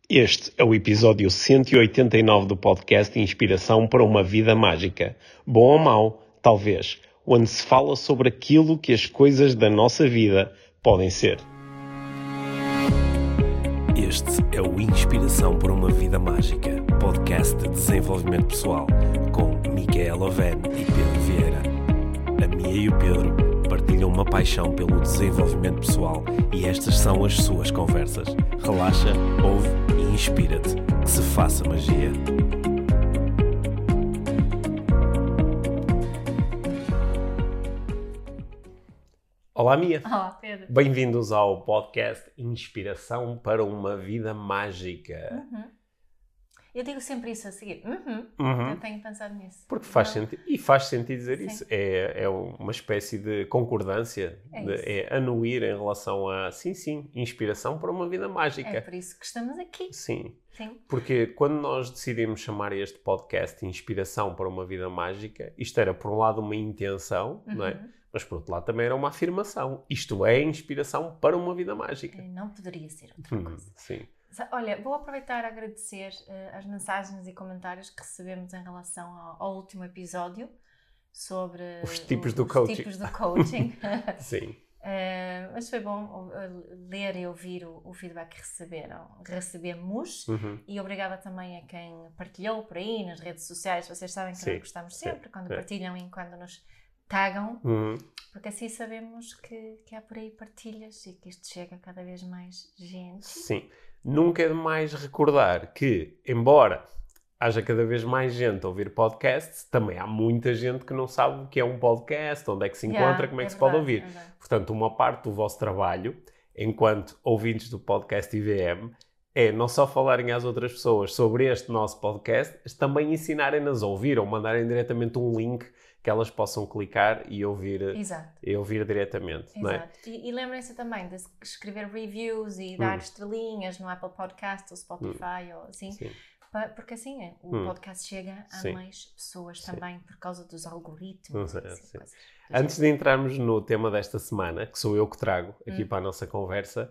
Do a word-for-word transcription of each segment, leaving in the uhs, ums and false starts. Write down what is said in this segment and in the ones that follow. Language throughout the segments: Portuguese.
Este é o episódio cento e oitenta e nove do podcast Inspiração para uma Vida Mágica. Bom ou mau, talvez, onde se fala sobre aquilo que as coisas da nossa vida podem ser. Este é o Inspiração para uma Vida Mágica, podcast de desenvolvimento pessoal, com Micaela Oven e Pedro Vieira. A Mia e o Pedro partilham uma paixão pelo desenvolvimento pessoal e estas são as suas conversas. Relaxa, ouve e inspira-te. Que se faça magia. Olá, Mia. Olá, Pedro. Bem-vindos ao podcast Inspiração para uma Vida Mágica. Uhum. Eu digo sempre isso a seguir. Uhum. Uhum. Eu tenho pensado nisso. Porque faz Então, sentido, e faz sentido dizer Sim. isso. É, é uma espécie de concordância, É de- isso. é anuir em relação a, sim, sim, inspiração para uma vida mágica. É por isso que estamos aqui. Sim, Sim. porque quando nós decidimos chamar este podcast Inspiração para uma Vida Mágica, isto era por um lado uma intenção, não é? Uhum. Mas por outro lado também era uma afirmação. Isto é inspiração para uma vida mágica. Não poderia ser outra Hum, coisa. sim. Sa- Olha, vou aproveitar a agradecer eh, as mensagens e comentários que recebemos em relação ao, ao último episódio sobre Os tipos o- do os coaching. tipos do coaching. Sim. Eh, mas foi bom uh, ler e ouvir o, o feedback que receberam. Recebemos. Uhum. E obrigada também a quem partilhou por aí nas redes sociais. Vocês sabem que Sim, nós gostamos sim, sempre quando é. partilham e quando nos tagam, Uhum. porque assim sabemos que, que há por aí partilhas e que isto chega a cada vez mais gente. Sim. Nunca é demais recordar que, embora haja cada vez mais gente a ouvir podcasts, também há muita gente que não sabe o que é um podcast, onde é que se encontra, Yeah, como é que é se pode verdade, ouvir. é verdade. Portanto, uma parte do vosso trabalho, enquanto ouvintes do podcast I V M, é não só falarem às outras pessoas sobre este nosso podcast, mas também ensinarem-nas a ouvir ou mandarem diretamente um link que elas possam clicar e ouvir, Exato. e ouvir diretamente. Não é? Exato. E, e lembrem-se também de escrever reviews e dar Hum. estrelinhas no Apple Podcast ou Spotify ou assim, Sim. pa- porque assim é, o Hum. podcast chega a Sim. mais pessoas Sim. também por causa dos algoritmos. Hum, e assim, sim. coisas do Antes género. de entrarmos no tema desta semana, que sou eu que trago aqui Hum. para a nossa conversa,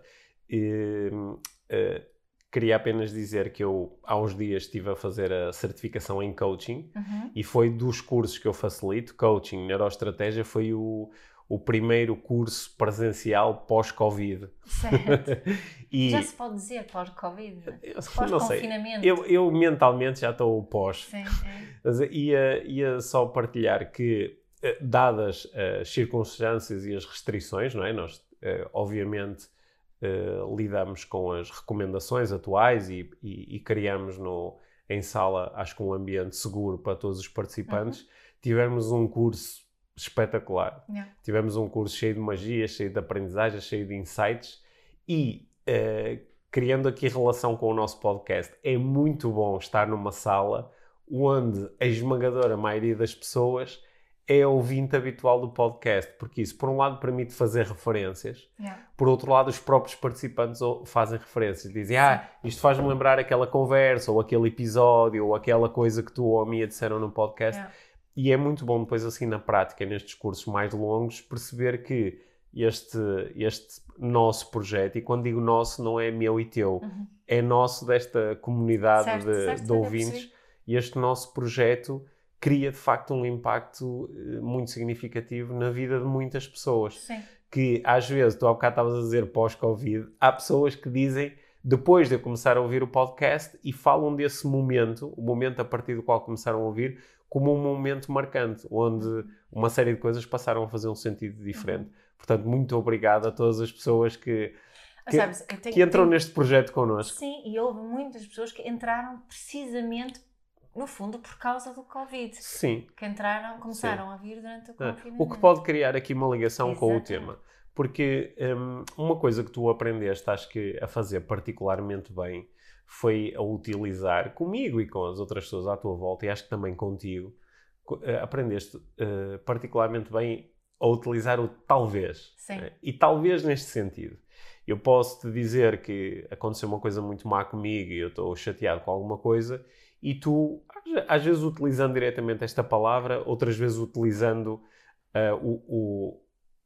eh, eh, queria apenas dizer que eu, há uns dias, estive a fazer a certificação em coaching Uhum. e foi dos cursos que eu facilito, coaching, neuroestratégia, foi o, o primeiro curso presencial pós-Covid. Certo. E Já se pode dizer pós-Covid? eu não sei, Pós-confinamento? eu, eu mentalmente já estou pós. Sim, é. Mas ia, ia só partilhar que, eh, dadas as circunstâncias e as restrições, não é? Nós, eh, obviamente, eh, lidamos com as recomendações atuais e, e, e criamos no, em sala, acho que um ambiente seguro para todos os participantes. Tivemos um curso espetacular. Yeah. Tivemos um curso cheio de magia, cheio de aprendizagem, cheio de insights e, eh, criando aqui relação com o nosso podcast, é muito bom estar numa sala onde a esmagadora maioria das pessoas é ouvinte habitual do podcast, porque isso, por um lado, permite fazer referências, Yeah. por outro lado, os próprios participantes ou- fazem referências, dizem, ah, isto faz-me lembrar aquela conversa, ou aquele episódio, ou aquela coisa que tu ou a Mia disseram no podcast. Yeah. E é muito bom depois, assim, na prática, nestes cursos mais longos, perceber que este, este nosso projeto, e quando digo nosso, não é meu e teu, Uhum. é nosso desta comunidade Certo, de, certo, de já ouvintes, percebi. e este nosso projeto cria, de facto, um impacto eh, muito significativo na vida de muitas pessoas. Sim. Que, às vezes, tu há bocado estavas a dizer pós-Covid, há pessoas que dizem, depois de eu começar a ouvir o podcast, e falam desse momento, o momento a partir do qual começaram a ouvir, como um momento marcante, onde uma série de coisas passaram a fazer um sentido diferente. Portanto, muito obrigado a todas as pessoas que, Ah, que, sabes, eu tenho- que entram tenho- neste projeto connosco. Sim, e houve muitas pessoas que entraram precisamente, no fundo, por causa do Covid. Sim. Que entraram, começaram a vir durante o Ah, confinamento. o que pode criar aqui uma ligação com o Exatamente. tema. Porque hum, uma coisa que tu aprendeste, acho que a fazer particularmente bem, foi a utilizar comigo e com as outras pessoas à tua volta, e acho que também contigo, co- eh, aprendeste eh, particularmente bem a utilizar o talvez. Sim. Eh, E talvez neste sentido. Eu posso te dizer que aconteceu uma coisa muito má comigo e eu estou chateado com alguma coisa, e tu, às- às vezes utilizando diretamente esta palavra, outras vezes utilizando ah, o, o-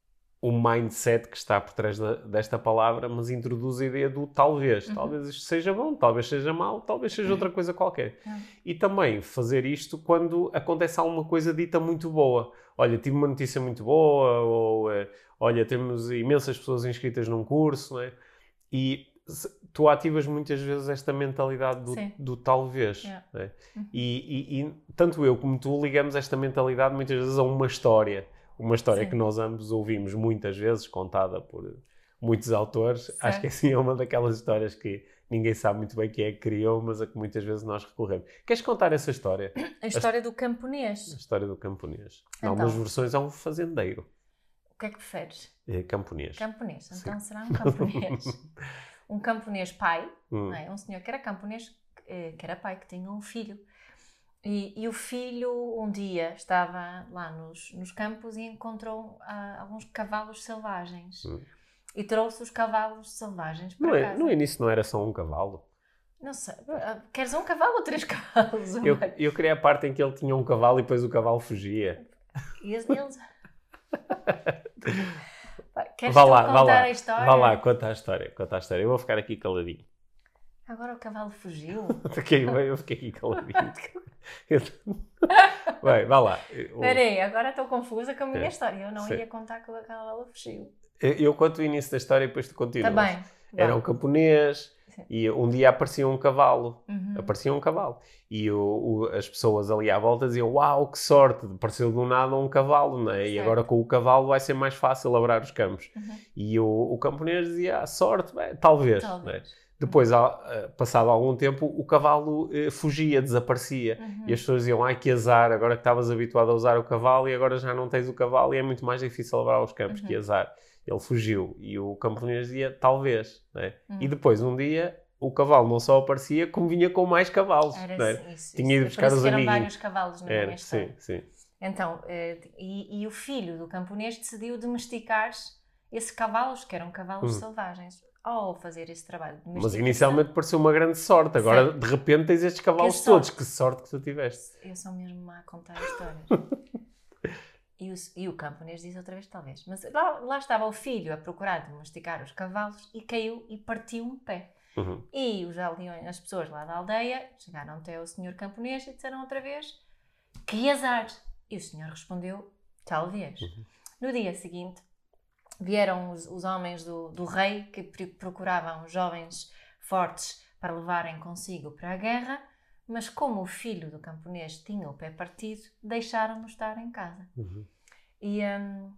o mindset que está por trás da, desta palavra, mas introduz a ideia do talvez. Uhum. Talvez isto seja bom, talvez seja mau, talvez seja outra coisa qualquer. Uhum. E também fazer isto quando acontece alguma coisa dita muito boa. Olha, tive uma notícia muito boa, ou olha, temos imensas pessoas inscritas num curso, não é? E tu ativas muitas vezes esta mentalidade do, do talvez. Yeah. Não é? Uhum. E, e, e tanto eu como tu ligamos esta mentalidade muitas vezes a uma história. Uma história Sim. que nós ambos ouvimos muitas vezes, contada por muitos autores. Certo. Acho que assim é uma daquelas histórias que ninguém sabe muito bem quem é que criou, mas a que muitas vezes nós recorremos. Queres contar essa história? A história a, do camponês. A história do camponês. Então, em algumas versões é um fazendeiro. O que é que preferes? É camponês. Camponês. Então Sim. será um camponês. um camponês pai, hum. não é? Um senhor que era camponês, que era pai, que tinha um filho. E, e o filho, um dia, estava lá nos, nos campos e encontrou uh, alguns cavalos selvagens. Hum. E trouxe os cavalos selvagens para não é, casa. No início não era só um cavalo? Não sei. Uh, queres um cavalo ou três cavalos? Eu, eu queria a parte em que ele tinha um cavalo e depois o cavalo fugia. E eles... eles... Queres vá tu lá, contar vá lá, a história? Vá lá, conta a história, conta a história. Eu vou ficar aqui caladinho. Agora o cavalo fugiu? fiquei, eu fiquei aqui caladinho. Bem, vá lá. Espera aí, agora estou confusa com a minha é. história. Eu não Sim. ia contar que o cavalo fugiu. Eu, eu conto o início da história e depois tu continuas. Tá bem. Era um camponês Sim. e um dia aparecia um cavalo. Uhum. Aparecia um cavalo. E o, o, as pessoas ali à volta diziam: uau, que sorte! Apareceu do nada um cavalo, não é? E agora com o cavalo vai ser mais fácil labrar os campos. Uhum. E o, o camponês dizia: ah, sorte, bem, talvez. talvez. Não é? Depois, passado algum tempo, o cavalo eh, fugia, desaparecia. Uhum. E as pessoas diziam, ai que azar, agora que estavas habituado a usar o cavalo e agora já não tens o cavalo e é muito mais difícil labrar os campos, uhum. que azar. Ele fugiu. E o camponês dizia, talvez. Né? Uhum. E depois, um dia, o cavalo não só aparecia, como vinha com mais cavalos. Era né? isso, Tinha ido isso. buscar os amiguinhos. Eram vários cavalos na Era, minha história. Sim, sim. Então, e, e o filho do camponês decidiu domesticar esses cavalos, que eram cavalos uhum. selvagens. Ao fazer esse trabalho de Mas inicialmente pareceu uma grande sorte. Agora, Sim. de repente, tens estes cavalos que todos. Que sorte que tu tiveste. Eu sou mesmo má a contar histórias. e, o, e o camponês diz outra vez, talvez. Mas lá, lá estava o filho a procurar domesticar os cavalos e caiu e partiu um pé. Uhum. E os aldeões, as pessoas lá da aldeia chegaram até o senhor camponês e disseram outra vez, que azar. E o senhor respondeu, talvez. Uhum. No dia seguinte, vieram os, os homens do, do rei que procuravam jovens fortes para levarem consigo para a guerra, mas como o filho do camponês tinha o pé partido, deixaram-no estar em casa. Uhum. E um,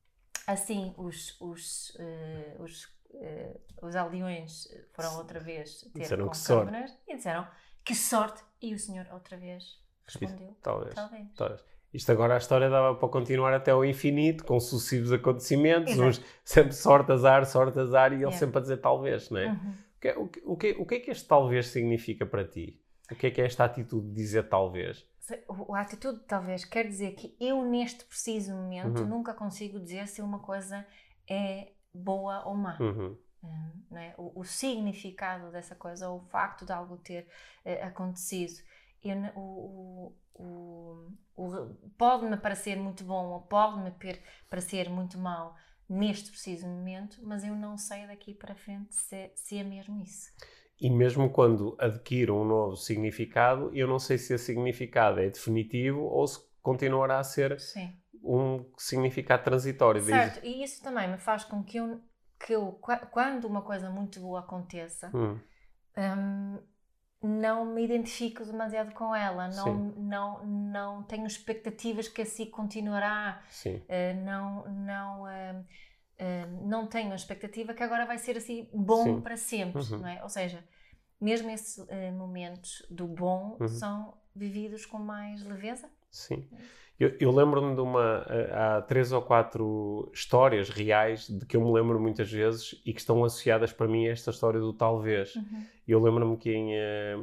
assim os, os, uh, os, uh, os aldeões foram outra vez ter disseram com que o sorte. camponês e disseram que sorte, e o senhor outra vez respondeu, Isso, talvez, talvez. talvez. Isto agora a história dava para continuar até ao infinito, com sucessivos acontecimentos, uns sempre sorte, azar, sorte, azar, e ele yeah. sempre a dizer talvez, não é? Uhum. O, que, o, que, o, que, o que é que este talvez significa para ti? O que é que é esta atitude de dizer talvez? A atitude de talvez quer dizer que eu neste preciso momento uhum. nunca consigo dizer se uma coisa é boa ou má. Uhum. Hum, não é? o, o significado dessa coisa, ou o facto de algo ter uh, acontecido. Eu, o, o, o, pode-me parecer muito bom ou pode-me parecer muito mau neste preciso momento, mas eu não sei daqui para frente se, se é mesmo isso. E mesmo quando adquire um novo significado, eu não sei se esse significado é definitivo ou se continuará a ser Sim. um significado transitório. Certo, e isso também me faz com que eu, que eu quando uma coisa muito boa aconteça, hum. um, não me identifico demasiado com ela, não, não, não tenho expectativas que assim continuará, uh, não, não, uh, uh, não tenho a expectativa que agora vai ser assim bom Sim. para sempre, uhum. não é? Ou seja, mesmo esses uh, momentos do bom uhum. são vividos com mais leveza. Sim. Eu, eu lembro-me de uma, há três ou quatro histórias reais de que eu me lembro muitas vezes e que estão associadas para mim a esta história do talvez. Uhum. Eu lembro-me que, em,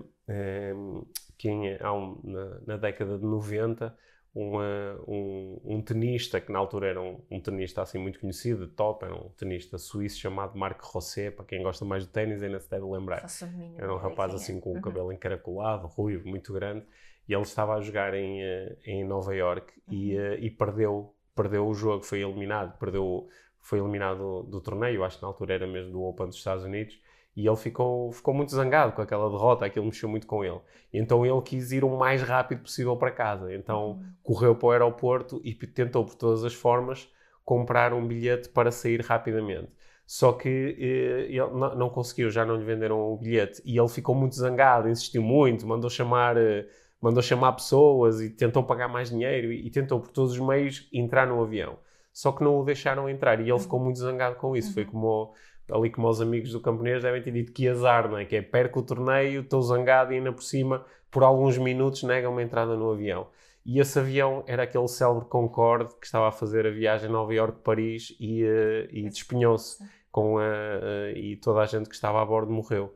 um, que em, há um, na, na década de noventa, uma, um, um tenista, que na altura era um, um tenista assim muito conhecido, de top, era um tenista suíço chamado Marc Rosset, para quem gosta mais de ténis ainda se deve lembrar. Era um rapaz assim com o cabelo uhum. encaracolado, ruivo, muito grande. E ele estava a jogar em, em Nova Iorque uhum. e, uh, e perdeu, perdeu o jogo, foi eliminado, perdeu, foi eliminado do, do torneio, acho que na altura era mesmo do Open dos Estados Unidos, e ele ficou, ficou muito zangado com aquela derrota, aquilo mexeu muito com ele. E então ele quis ir o mais rápido possível para casa, então uhum. correu para o aeroporto e tentou por todas as formas comprar um bilhete para sair rapidamente. Só que eh, ele não, não conseguiu, já não lhe venderam o bilhete, e ele ficou muito zangado, insistiu muito, mandou chamar... Eh, mandou chamar pessoas e tentou pagar mais dinheiro e, e tentou por todos os meios entrar no avião. Só que não o deixaram entrar e ele ficou muito zangado com isso. Uhum. Foi como, ali como os amigos do camponês devem ter dito que azar, não é? Que é, perco o torneio, estou zangado e ainda por cima, por alguns minutos, negam-me a entrada no avião. E esse avião era aquele célebre Concorde que estava a fazer a viagem a Nova Iorque-Paris e, uh, e despenhou-se com a, uh, e toda a gente que estava a bordo morreu.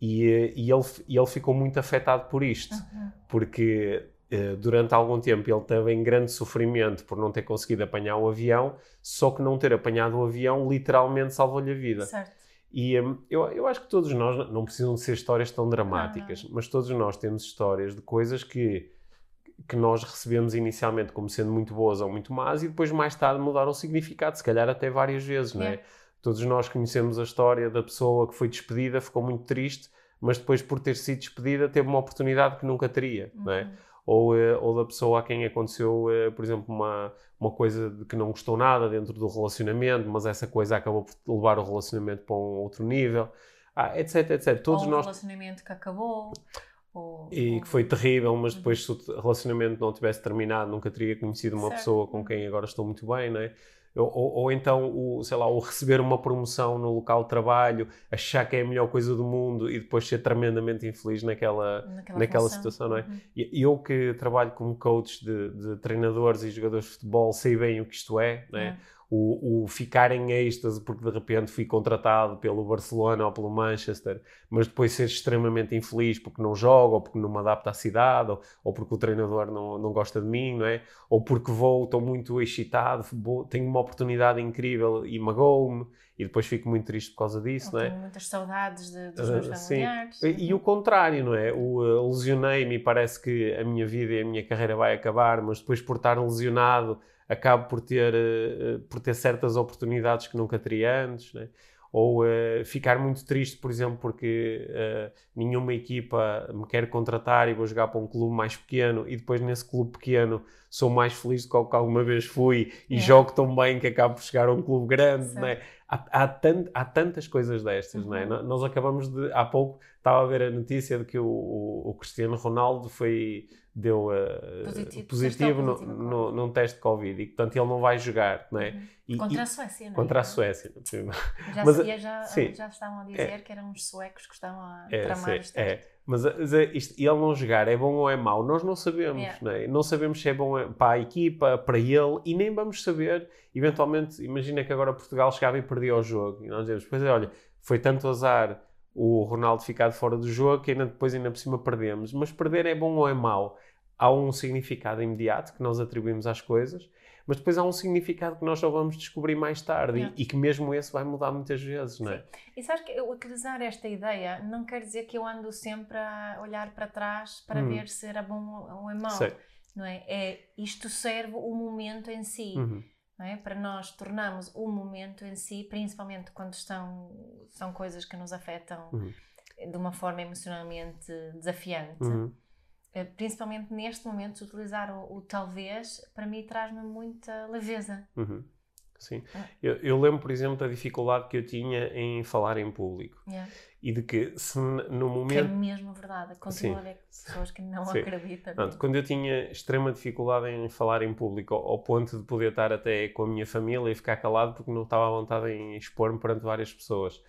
E, e, ele, e ele ficou muito afetado por isto, uhum. porque uh, durante algum tempo ele teve em grande sofrimento por não ter conseguido apanhar o avião, só que não ter apanhado o avião literalmente salvou-lhe a vida. Certo. E um, eu, eu acho que todos nós, não precisam de ser histórias tão dramáticas, não, não. mas todos nós temos histórias de coisas que, que nós recebemos inicialmente como sendo muito boas ou muito más e depois mais tarde mudaram o significado, se calhar até várias vezes, é. não é? Todos nós conhecemos a história da pessoa que foi despedida, ficou muito triste, mas depois por ter sido despedida teve uma oportunidade que nunca teria, uhum. não é? Ou, ou da pessoa a quem aconteceu, por exemplo, uma, uma coisa de que não gostou nada dentro do relacionamento, mas essa coisa acabou por levar o relacionamento para um outro nível, ah, etc, etcétera. Todos ou um nós... relacionamento que acabou... Ou, e ou... que foi terrível, mas depois uhum. se o relacionamento não tivesse terminado, nunca teria conhecido uma certo. pessoa com quem agora estou muito bem, não é? Ou, ou, ou então, o, sei lá, o receber uma promoção no local de trabalho, achar que é a melhor coisa do mundo e depois ser tremendamente infeliz naquela, naquela, naquela situação, não é? Uhum. E eu que trabalho como coach de, de treinadores e jogadores de futebol, sei bem o que isto é, não é? Uhum. O, o ficar em êxtase porque de repente fui contratado pelo Barcelona ou pelo Manchester, mas depois ser extremamente infeliz porque não jogo, ou porque não me adapto à cidade, ou, ou porque o treinador não, não gosta de mim, não é? Ou porque vou, estou muito excitado, vou, tenho uma oportunidade incrível e magoo-me, e depois fico muito triste por causa disso, ou não é? Tenho muitas saudades de, dos meus uh, familiares. Sim. E, e o contrário, não é? O uh, lesionei-me e parece que a minha vida e a minha carreira vai acabar, mas depois por estar lesionado acabo por ter, uh, por ter certas oportunidades que nunca teria antes, né? Ou uh, ficar muito triste, por exemplo, porque uh, nenhuma equipa me quer contratar e vou jogar para um clube mais pequeno e depois nesse clube pequeno sou mais feliz do que alguma vez fui e é. jogo tão bem que acabo por chegar a um clube grande, né? há, há, tant, há tantas coisas destas, uhum. né? Nós acabamos de, há pouco estava a ver a notícia de que o, o, o Cristiano Ronaldo foi... deu uh, positivo, positivo no, positivo no, num teste de Covid e, portanto, ele não vai jogar, não é? Uhum. E, contra e, a Suécia, não é? Contra a Suécia. Já, mas, já, já estavam a dizer é, que eram os suecos que estavam a é, tramar os testes. É. Mas, mas isto, ele não jogar é bom ou é mau? Nós não sabemos, yeah. não é? Não sabemos se é bom para a equipa, para ele, e nem vamos saber, eventualmente, imagina que agora Portugal chegava e perdia o jogo, e nós dizemos, pois é, olha, foi tanto azar o Ronaldo ficar de fora do jogo que ainda depois ainda por cima perdemos. Mas perder é bom ou é mau? Há um significado imediato que nós atribuímos às coisas, mas depois há um significado que nós só vamos descobrir mais tarde e, e que mesmo esse vai mudar muitas vezes, não é? Sim. E sabes que eu utilizar esta ideia não quer dizer que eu ando sempre a olhar para trás para hum. ver se era bom ou é mau, Sei. não é? É? Isto serve o momento em si, uhum. não é? Para nós tornarmos o momento em si, principalmente quando estão, são coisas que nos afetam uhum. de uma forma emocionalmente desafiante. Uhum. Principalmente neste momento, utilizar o, o talvez, para mim traz-me muita leveza. Uhum. Sim. Ah. Eu, eu lembro, por exemplo, da dificuldade que eu tinha em falar em público. Yeah. E de que, se no momento... Que é mesmo verdade. Continuo a ver pessoas que não Sim. acreditam. Pronto, quando eu tinha extrema dificuldade em falar em público, ao, ao ponto de poder estar até com a minha família e ficar calado porque não estava à vontade em expor-me perante várias pessoas.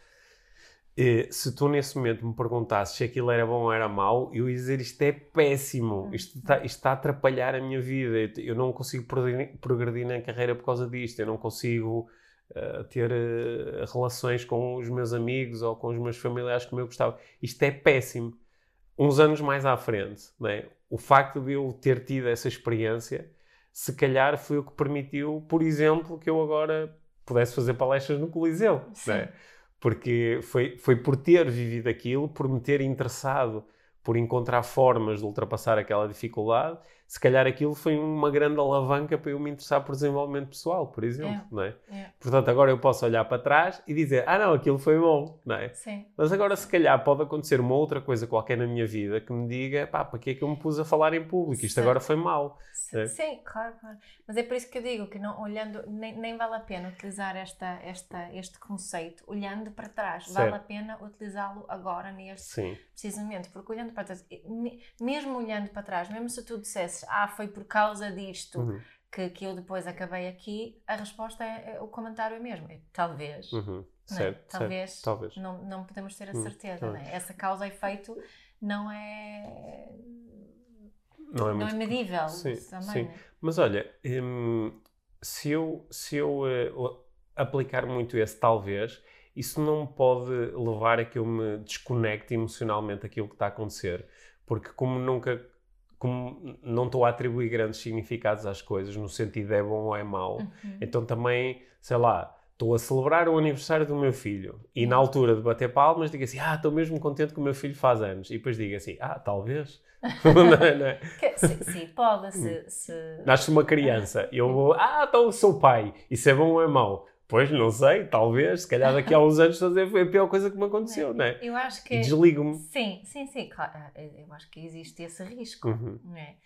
Se tu nesse momento me perguntasses se aquilo era bom ou era mau, eu ia dizer isto é péssimo, isto está, isto está a atrapalhar a minha vida, eu não consigo progredir, progredir na carreira por causa disto, eu não consigo uh, ter uh, relações com os meus amigos ou com os meus familiares como eu gostava. Isto é péssimo. Uns anos mais à frente, não é? O facto de eu ter tido essa experiência, se calhar foi o que permitiu, por exemplo, que eu agora pudesse fazer palestras no Coliseu, não é? Porque foi, foi por ter vivido aquilo, por me ter interessado por encontrar formas de ultrapassar aquela dificuldade, se calhar aquilo foi uma grande alavanca para eu me interessar por desenvolvimento pessoal, por exemplo, é. não é? é? Portanto, agora eu posso olhar para trás e dizer, ah não, aquilo foi bom, não é? Sim. Mas agora, se calhar, pode acontecer uma outra coisa qualquer na minha vida que me diga, pá, para que é que eu me pus a falar em público? Isto Sim. agora foi mau. Sim, é? Sim, claro, claro. Mas é por isso que eu digo que não, olhando, nem, nem vale a pena utilizar esta, esta, este conceito olhando para trás. Certo. Vale a pena utilizá-lo agora, neste, Sim. precisamente, porque olhando para trás, mesmo olhando para trás, mesmo se tu dissesses, ah, foi por causa disto uhum. que, que eu depois acabei aqui, a resposta é, é o comentário é mesmo, é, talvez. Uhum. Certo, talvez, certo. Talvez. Não, não podemos ter a certeza, uhum. né? Essa causa e efeito não é... Não é, não muito... é medível sim, também, sim. Né? Mas olha, hum, se eu, se eu uh, aplicar muito esse talvez, isso não pode levar a que eu me desconecte emocionalmente daquilo que está a acontecer. Porque como nunca, como não estou a atribuir grandes significados às coisas, no sentido é bom ou é mau, uhum. então também, sei lá, estou a celebrar o aniversário do meu filho e uhum. na altura de bater palmas digo assim, ah, estou mesmo contente que o meu filho faz anos. E depois digo assim, ah, talvez... não é, não é? Que, sim, sim, pode, se... se... Nasce uma criança e eu vou, ah, então sou pai, isso é bom ou é mau? Pois, não sei, talvez, se calhar daqui a uns anos fazer foi a pior coisa que me aconteceu, não é? Eu acho que... E desligo-me. Sim, sim, sim, claro, eu acho que existe esse risco, uhum. não é?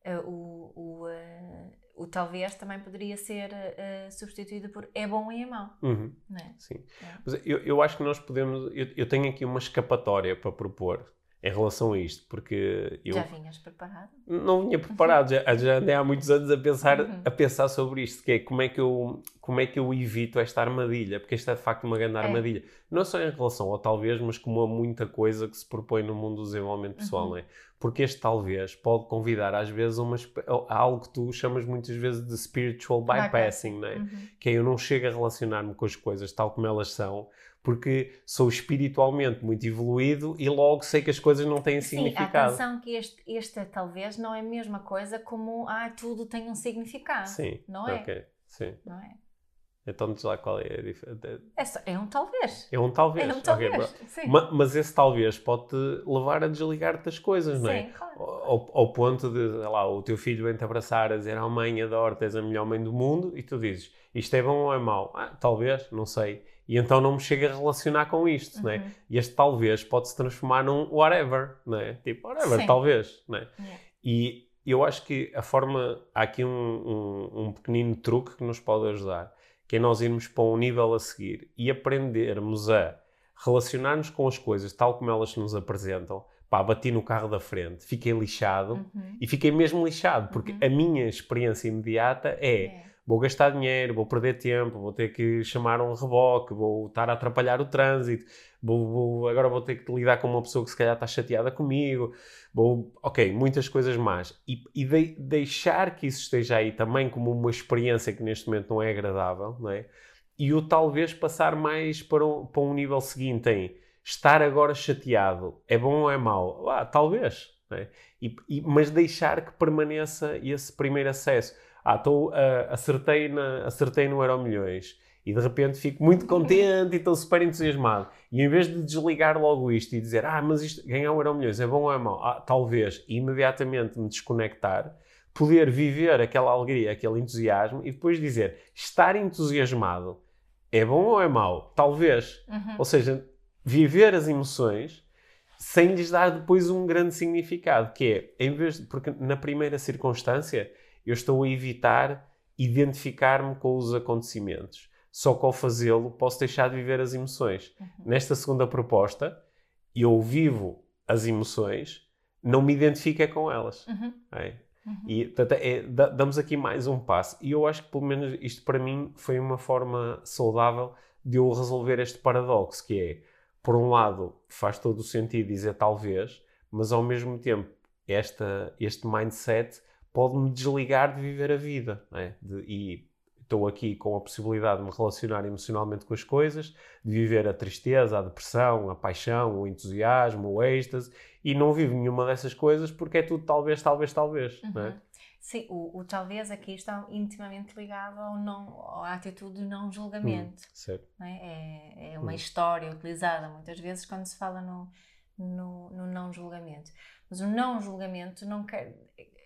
O, o, uh, o talvez também poderia ser uh, substituído por é bom e é mau, uhum. não é? Sim, é. Mas eu, eu acho que nós podemos, eu, eu tenho aqui uma escapatória para propor em relação a isto, porque eu... Já vinhas preparado? Não vinha preparado, já, já andei há muitos anos a pensar, uhum. a pensar sobre isto, que é como é que, eu, como é que eu evito esta armadilha, porque esta é de facto uma grande armadilha. É. Não só em relação ao talvez, mas como a muita coisa que se propõe no mundo do desenvolvimento pessoal, uhum. não é? Porque este talvez pode convidar às vezes a, uma, a algo que tu chamas muitas vezes de spiritual bypassing, não é? Uhum. Que é eu não chego a relacionar-me com as coisas tal como elas são, porque sou espiritualmente muito evoluído e logo sei que as coisas não têm Sim, significado. Sim, atenção que este, este talvez não é a mesma coisa como, ah, tudo tem um significado. Sim, não é? ok, sim. Não é? Então diz lá qual é a diferença. É, só, é um talvez. É um talvez. É um talvez, okay, sim. Mas, mas esse talvez pode-te levar a desligar-te das coisas, não é? Sim, claro. Ao, ao ponto de, sei lá, o teu filho vem-te abraçar a dizer, oh mãe, adoro-te, és a melhor mãe do mundo, e tu dizes, isto é bom ou é mau? Ah, talvez, não sei. E então não me chego a relacionar com isto, uhum. não é? E este talvez pode-se transformar num whatever, não é? Tipo, whatever, Sim. talvez, não é? Yeah. E eu acho que a forma... Há aqui um, um, um pequenino truque que nos pode ajudar, que é nós irmos para um nível a seguir e aprendermos a relacionar-nos com as coisas tal como elas nos apresentam. Pá, bati no carro da frente, fiquei lixado uhum. e fiquei mesmo lixado, porque uhum. a minha experiência imediata é... é. Vou gastar dinheiro, vou perder tempo, vou ter que chamar um reboque, vou estar a atrapalhar o trânsito, vou, vou, agora vou ter que lidar com uma pessoa que se calhar está chateada comigo, vou, ok, muitas coisas más. E, e de, deixar que isso esteja aí também como uma experiência que neste momento não é agradável, não é? E o talvez passar mais para um, para um nível seguinte em estar agora chateado, é bom ou é mau? Ah, talvez, não é? E, e, mas deixar que permaneça esse primeiro acesso. Ah, tô, uh, acertei, na, acertei no Euromilhões e de repente fico muito contente e estou super entusiasmado. E em vez de desligar logo isto e dizer, ah, mas isto, ganhar um Euromilhões é bom ou é mau? Ah, talvez, e imediatamente me desconectar, poder viver aquela alegria, aquele entusiasmo e depois dizer, estar entusiasmado é bom ou é mau? Talvez. Uhum. Ou seja, viver as emoções sem lhes dar depois um grande significado, que é, em vez de, porque na primeira circunstância eu estou a evitar identificar-me com os acontecimentos. Só que ao fazê-lo posso deixar de viver as emoções. Uhum. Nesta segunda proposta, eu vivo as emoções, não me identifico com elas. Uhum. É? Uhum. E portanto, é, damos aqui mais um passo. E eu acho que pelo menos isto para mim foi uma forma saudável de eu resolver este paradoxo, que é, por um lado, faz todo o sentido dizer talvez, mas ao mesmo tempo esta, este mindset pode-me desligar de viver a vida, não é? De, e estou aqui com a possibilidade de me relacionar emocionalmente com as coisas, de viver a tristeza, a depressão, a paixão, o entusiasmo, o êxtase, e não vivo nenhuma dessas coisas porque é tudo talvez, talvez, talvez, uhum. não é? Sim, o, o talvez aqui está intimamente ligado ao não, à atitude de não julgamento. Hum, certo. Não é? É, é uma hum. história utilizada muitas vezes quando se fala no, no, no não julgamento. Mas o não julgamento não quer...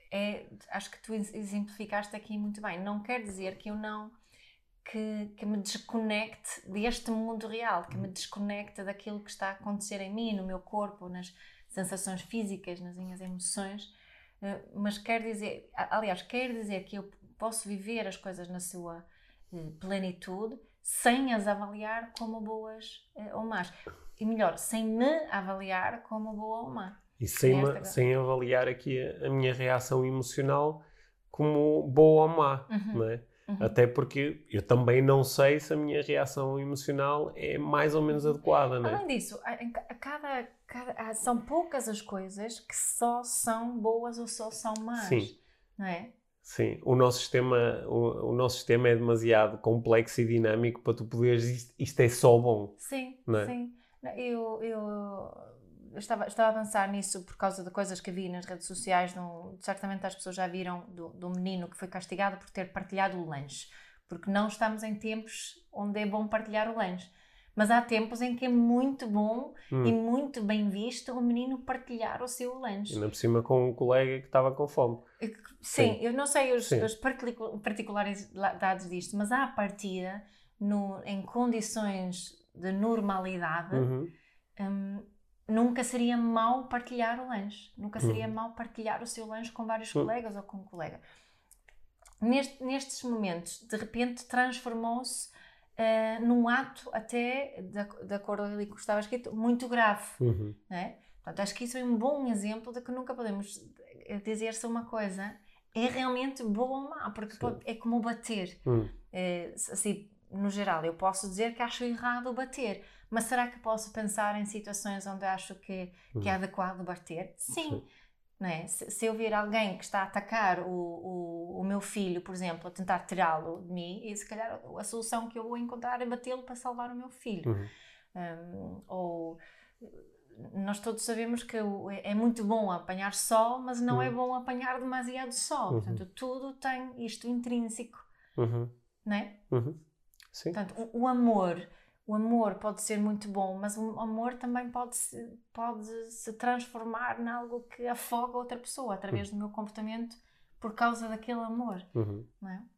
é, acho que tu exemplificaste aqui muito bem. Não quer dizer que eu não, que, que me desconecte deste mundo real, que me desconecte daquilo que está a acontecer em mim, no meu corpo, nas sensações físicas, nas minhas emoções, mas quer dizer, aliás, quer dizer que eu posso viver as coisas na sua plenitude sem as avaliar como boas ou más. E melhor, sem me avaliar como boa ou má. E sem, ma, sem avaliar aqui a, a minha reação emocional como boa ou má, uhum. não é? Uhum. Até porque eu também não sei se a minha reação emocional é mais ou menos adequada, não é? Além disso, a, a cada, cada, são poucas as coisas que só são boas ou só são más, Sim. não é? Sim, o nosso sistema, o, o nosso sistema é demasiado complexo e dinâmico para tu poderes, isto, isto é só bom. Sim, não é? sim. Eu, eu, eu estava, estava a pensar nisso por causa de coisas que vi nas redes sociais. No, certamente as pessoas já viram do, do menino que foi castigado por ter partilhado o lanche. Porque não estamos em tempos onde é bom partilhar o lanche. Mas há tempos em que é muito bom hum. e muito bem visto o menino partilhar o seu lanche. Ainda por cima com um colega que estava com fome. Sim, Sim. eu não sei os, as particularidades disto, mas à partida, no, em condições de normalidade, uhum. um, nunca seria mau partilhar o lanche. Nunca seria uhum. mau partilhar o seu lanche com vários uhum. colegas ou com um colega. Neste, nestes momentos, de repente, transformou-se uh, num ato até, de, de acordo com o que estava escrito, muito grave. Uhum. Não é? Portanto, acho que isso é um bom exemplo de que nunca podemos dizer-se uma coisa é realmente boa ou má, porque pode, é como bater. Uhum. É, assim, no geral, eu posso dizer que acho errado bater, mas será que posso pensar em situações onde acho que, uhum. que é adequado bater? Sim. Sim. Não é? se, se eu vir alguém que está a atacar o, o, o meu filho, por exemplo, a tentar tirá-lo de mim, e se calhar a solução que eu vou encontrar é batê-lo para salvar o meu filho. Uhum. Um, ou nós todos sabemos que é muito bom apanhar sol, mas não uhum. é bom apanhar demasiado sol. Uhum. Portanto, tudo tem isto intrínseco. Uhum. Não é? Uhum. Sim. Portanto, o, o amor... O amor pode ser muito bom, mas o amor também pode se, pode se transformar em algo que afoga outra pessoa através uhum. do meu comportamento por causa daquele amor. Uhum. Não é?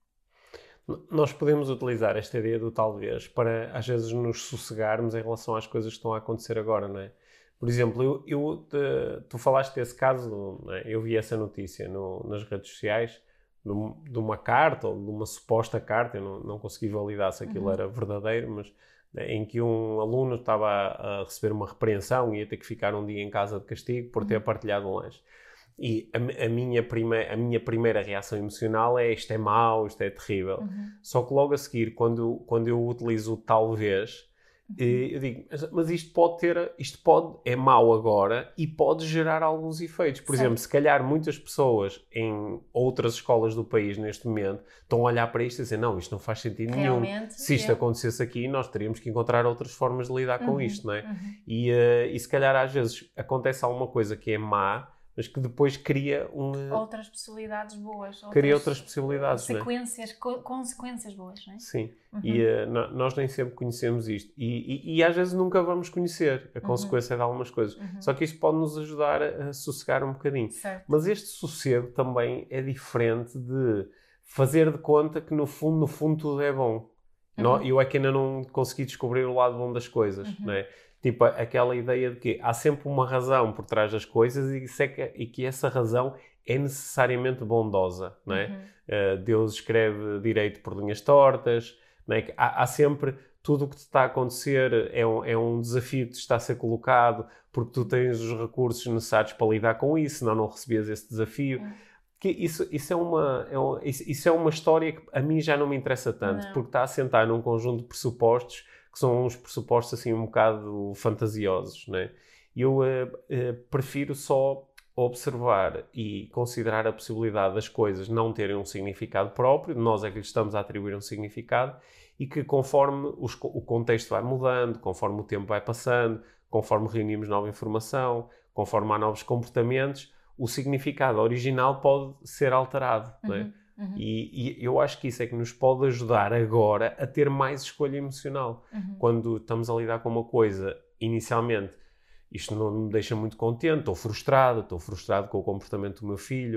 Nós podemos utilizar esta ideia do talvez para, às vezes, nos sossegarmos em relação às coisas que estão a acontecer agora, não é? Por exemplo, eu, eu te, tu falaste desse caso, não é? Eu vi essa notícia no, nas redes sociais de, de uma carta ou de uma suposta carta, eu não, não consegui validar se aquilo uhum. era verdadeiro, mas... em que um aluno estava a, a receber uma repreensão e ia ter que ficar um dia em casa de castigo por ter partilhado um lanche. E a, a, minha prime, a minha primeira reação emocional é isto é mau, isto é terrível. Uhum. Só que logo a seguir, quando, quando eu utilizo o talvez, uhum. eu digo, mas isto pode ter, isto pode, é mau agora e pode gerar alguns efeitos. Por certo. exemplo, se calhar muitas pessoas em outras escolas do país neste momento estão a olhar para isto e dizer, não, isto não faz sentido Realmente, nenhum. Se isto é. acontecesse aqui, nós teríamos que encontrar outras formas de lidar com uhum. isto, não é? Uhum. E, uh, e se calhar às vezes acontece alguma coisa que é má, mas que depois cria um... outras possibilidades boas. Outras cria outras possibilidades, sequências, não é? co- consequências boas, não é? Sim. Uhum. E uh, no, nós nem sempre conhecemos isto. E, e, e às vezes nunca vamos conhecer a uhum. consequência de algumas coisas. Uhum. Só que isso pode nos ajudar a, a sossegar um bocadinho. Certo. Mas este sossego também é diferente de fazer de conta que no fundo, no fundo tudo é bom. Uhum. Não, eu é que ainda não consegui descobrir o lado bom das coisas, uhum. não é? Tipo, aquela ideia de que há sempre uma razão por trás das coisas e, se é que, e que essa razão é necessariamente bondosa, não é? Uhum. Uh, Deus escreve direito por linhas tortas, não é? Há, há sempre tudo o que te está a acontecer é um, é um desafio que te está a ser colocado porque tu tens os recursos necessários para lidar com isso, senão não recebias esse desafio. Uhum. Que isso, isso, é uma, é um, isso, isso é uma história que a mim já não me interessa tanto, não. porque está a sentar num conjunto de pressupostos que são uns pressupostos assim um bocado fantasiosos, né? Eu uh, uh, prefiro só observar e considerar a possibilidade das coisas não terem um significado próprio, nós é que lhes estamos a atribuir um significado, e que conforme os, o contexto vai mudando, conforme o tempo vai passando, conforme reunimos nova informação, conforme há novos comportamentos, o significado original pode ser alterado, uhum. né? Uhum. E, e eu acho que isso é que nos pode ajudar agora a ter mais escolha emocional. Uhum. Quando estamos a lidar com uma coisa, inicialmente, isto não me deixa muito contente, estou frustrado, estou frustrado com o comportamento do meu filho,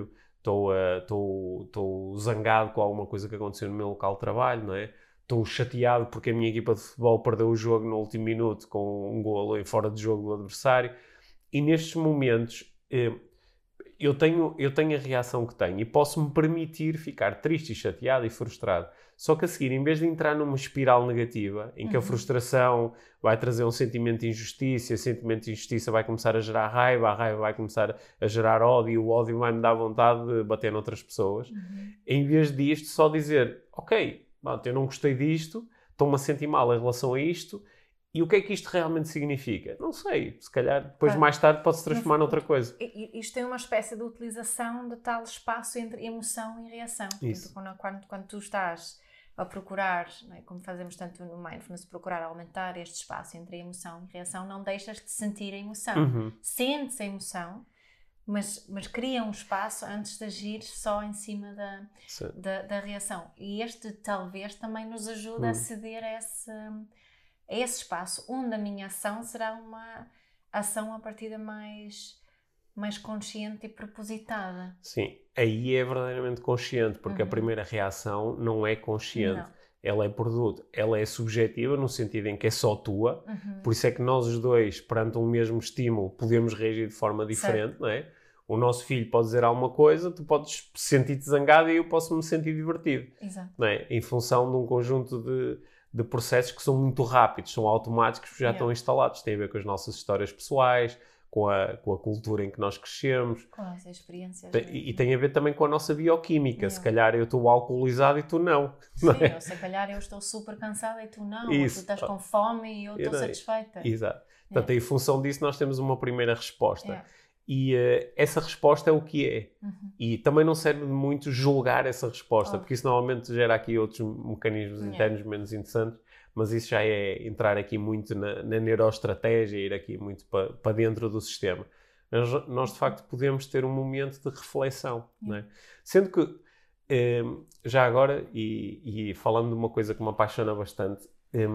estou zangado com alguma coisa que aconteceu no meu local de trabalho, não é? Estou chateado porque a minha equipa de futebol perdeu o jogo no último minuto com um golo em fora de jogo do adversário. E nestes momentos eh, eu, tenho, eu tenho a reação que tenho e posso-me permitir ficar triste e chateado e frustrado. Só que a seguir, em vez de entrar numa espiral negativa, em que uhum. a frustração vai trazer um sentimento de injustiça, o sentimento de injustiça vai começar a gerar raiva, a raiva vai começar a gerar ódio, o ódio vai me dar vontade de bater noutras pessoas, uhum. em vez disto só dizer, ok, eu não gostei disto, estou-me a sentir mal em relação a isto, e o que é que isto realmente significa? Não sei, se calhar depois claro. mais tarde pode-se transformar noutra coisa. Isto é uma espécie de utilização de tal espaço entre emoção e reação. Isso. Portanto, quando, quando, quando tu estás a procurar, não é? Como fazemos tanto no Mindfulness, procurar aumentar este espaço entre a emoção e a reação, não deixas de sentir a emoção. Uhum. Sentes a emoção, mas, mas cria um espaço antes de agir só em cima da, da, da reação. E este talvez também nos ajuda uhum. a ceder a esse, a esse espaço, onde a minha ação será uma ação a partida mais... mais consciente e propositada. Sim, aí é verdadeiramente consciente, porque uhum. a primeira reação não é consciente. Não. Ela é produto, ela é subjetiva no sentido em que é só tua, uhum. por isso é que nós os dois, perante um mesmo estímulo, podemos reagir de forma diferente, certo. Não é? O nosso filho pode dizer alguma coisa, tu podes sentir-te zangado e eu posso me sentir divertido. Exato. Não é? Em função de um conjunto de, de processos que são muito rápidos, são automáticos, já yeah. estão instalados. Tem a ver com as nossas histórias pessoais, Com a, com a cultura em que nós crescemos. Com as experiências. Tem, e tem a ver também com a nossa bioquímica. Yeah. Se calhar eu estou alcoolizado e tu não. Sim, não é? ou se calhar eu estou super cansada e tu não. Isso. Ou tu estás com fome e eu estou satisfeita. Exato. Portanto, yeah. em função disso nós temos uma primeira resposta. Yeah. E uh, essa resposta é o que é. Uhum. E também não serve muito julgar essa resposta, oh. porque isso normalmente gera aqui outros mecanismos yeah. internos menos interessantes. Mas isso já é entrar aqui muito na, na neuroestratégia, ir aqui muito para pa dentro do sistema. Nós, nós, de facto, podemos ter um momento de reflexão. Yeah. Não é? Sendo que, eh, já agora, e, e falando de uma coisa que me apaixona bastante, eh,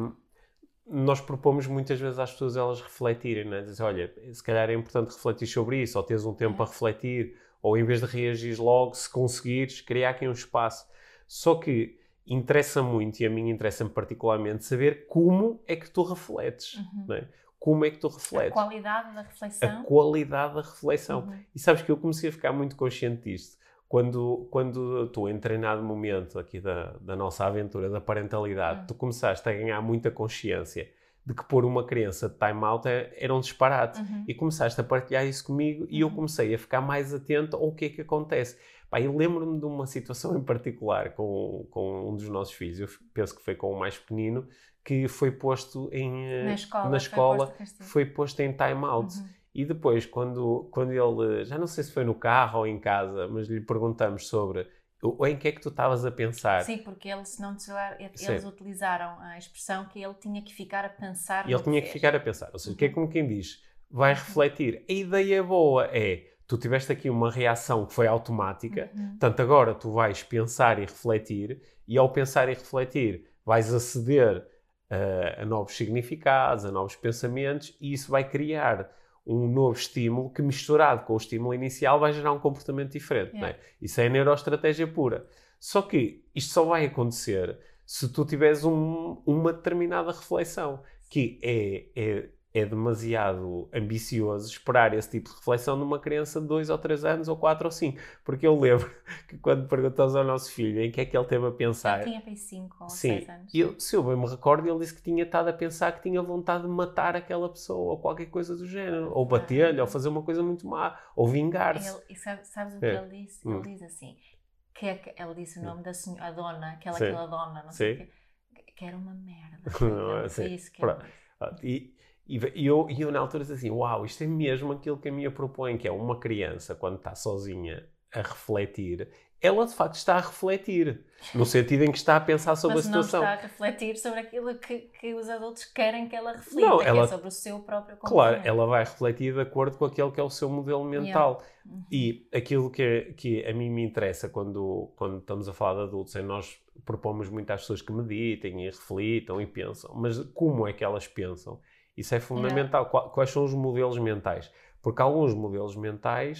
nós propomos muitas vezes às pessoas elas refletirem, não é? Dizem, olha, se calhar é importante refletir sobre isso, ou teres um tempo yeah. a refletir, ou em vez de reagir logo, se conseguires, criar aqui um espaço. Só que interessa muito, e a mim interessa-me particularmente, saber como é que tu refletes, uhum. não é? Como é que tu refletes. A qualidade da reflexão. A qualidade da reflexão. Uhum. E sabes que eu comecei a ficar muito consciente disto. Quando, quando tu, em treinado momento aqui da, da nossa aventura da parentalidade, uhum. tu começaste a ganhar muita consciência de que pôr uma criança de time-out era um disparate. Uhum. E começaste a partilhar isso comigo e eu comecei a ficar mais atento ao que é que acontece. Pá, eu lembro-me de uma situação em particular com, com um dos nossos filhos, eu penso que foi com o mais pequenino, que foi posto em, na escola, na escola foi, posto foi posto em time-out. Uhum. E depois, quando, quando ele, já não sei se foi no carro ou em casa, mas lhe perguntamos sobre ou em que é que tu estavas a pensar. Sim, porque eles, não, eles Sim. utilizaram a expressão que ele tinha que ficar a pensar. E ele tinha que, que ficar a pensar, ou seja, uhum. que é como quem diz, vai uhum. refletir. A ideia boa é, tu tiveste aqui uma reação que foi automática, uhum. portanto agora tu vais pensar e refletir, e ao pensar e refletir vais aceder uh, a novos significados, a novos pensamentos, e isso vai criar um novo estímulo que, misturado com o estímulo inicial, vai gerar um comportamento diferente. Yeah. Não é? Isso é neuroestratégia pura. Só que isto só vai acontecer se tu tiveres um, uma determinada reflexão, que é, é, é demasiado ambicioso esperar esse tipo de reflexão numa criança de dois ou três anos, ou quatro ou cinco. Porque eu lembro que quando perguntamos ao nosso filho em que é que ele teve a pensar... Ele tinha para cinco ou sim, seis anos. Eu, se eu bem me recordo, ele disse que tinha estado a pensar que tinha vontade de matar aquela pessoa, ou qualquer coisa do género. Ou bater-lhe, ah, ou fazer uma coisa muito má, ou vingar-se. Ele, e sabe, sabes o que é. ele disse? Hum. Ele diz assim, que é que, ele disse o nome da senhora, a dona, aquela, aquela dona, não Sim. sei o quê, que era uma merda. Não, então, sim. isso que ele e, e, eu, e eu na altura disse assim, uau, isto é mesmo aquilo que a minha propõe, que é uma criança, quando está sozinha a refletir, ela de facto está a refletir, no sentido em que está a pensar sobre Mas a situação. Mas não está a refletir sobre aquilo que, que os adultos querem que ela reflita, não, que ela, é sobre o seu próprio comportamento. Claro, ela vai refletir de acordo com aquele que é o seu modelo mental. Yeah. Uhum. E aquilo que, que a mim me interessa quando, quando estamos a falar de adultos, é nós propomos muito às pessoas que meditem e reflitam e pensam, mas como é que elas pensam? Isso é fundamental. Yeah. Quais são os modelos mentais? Porque alguns modelos mentais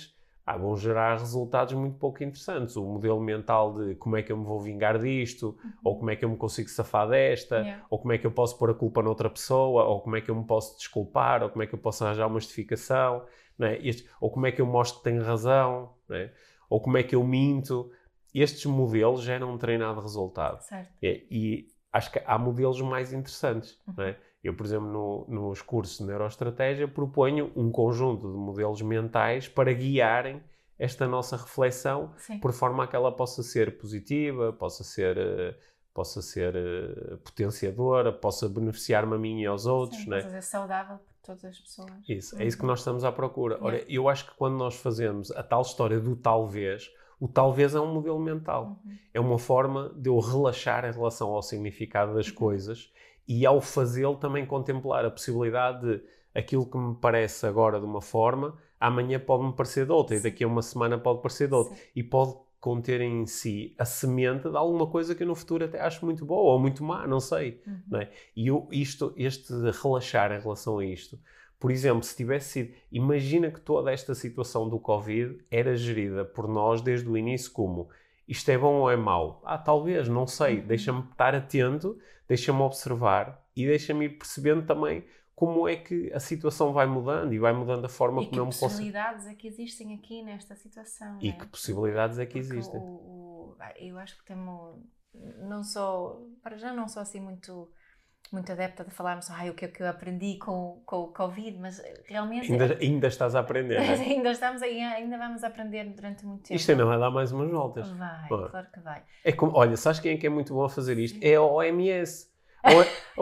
ah, vão gerar resultados muito pouco interessantes. O modelo mental de como é que eu me vou vingar disto, uhum. ou como é que eu me consigo safar desta, yeah. ou como é que eu posso pôr a culpa noutra pessoa, ou como é que eu me posso desculpar, ou como é que eu posso arranjar uma justificação, não é? Este, ou como é que eu mostro que tenho razão, não é? Ou como é que eu minto. Estes modelos geram um treinado resultado. Certo. E, e acho que há modelos mais interessantes, uhum. não é? Eu, por exemplo, no, nos cursos de neuroestratégia, proponho um conjunto de modelos mentais para guiarem esta nossa reflexão, Sim. por forma a que ela possa ser positiva, possa ser, uh, possa ser uh, potenciadora, possa beneficiar-me a mim e aos outros. Sim, não é? Possa ser saudável para todas as pessoas. Isso, uhum. é isso que nós estamos à procura. Yeah. Ora, eu acho que quando nós fazemos a tal história do talvez, o talvez é um modelo mental. Uhum. É uma forma de eu relaxar em relação ao significado das uhum. coisas, e ao fazê-lo também contemplar a possibilidade de aquilo que me parece agora de uma forma, amanhã pode-me parecer de outra, Sim. e daqui a uma semana pode parecer de outra. Sim. E pode conter em si a semente de alguma coisa que eu no futuro até acho muito boa ou muito má, não sei. Uhum. Não é? E eu, isto, este relaxar em relação a isto, por exemplo, se tivesse sido... Imagina que toda esta situação do Covid era gerida por nós desde o início como... Isto é bom ou é mau? Ah, talvez, não sei. Uhum. Deixa-me estar atento, deixa-me observar e deixa-me ir percebendo também como é que a situação vai mudando e vai mudando a forma e como eu me posso... E que possibilidades é que existem aqui nesta situação. E é? que possibilidades é que Porque existem. O, o, eu acho que temos... Não sou... Para já não sou assim muito... muito adepta de falarmos ah, o que é que eu aprendi com, com o Covid, mas realmente... Ainda, ainda estás a aprender, não é? ainda, estamos, ainda vamos aprender durante muito tempo. Isto ainda vai dar mais umas voltas. Vai, ah. claro que vai. É como, olha, sabes quem é que é muito bom a fazer isto? É a O M S. A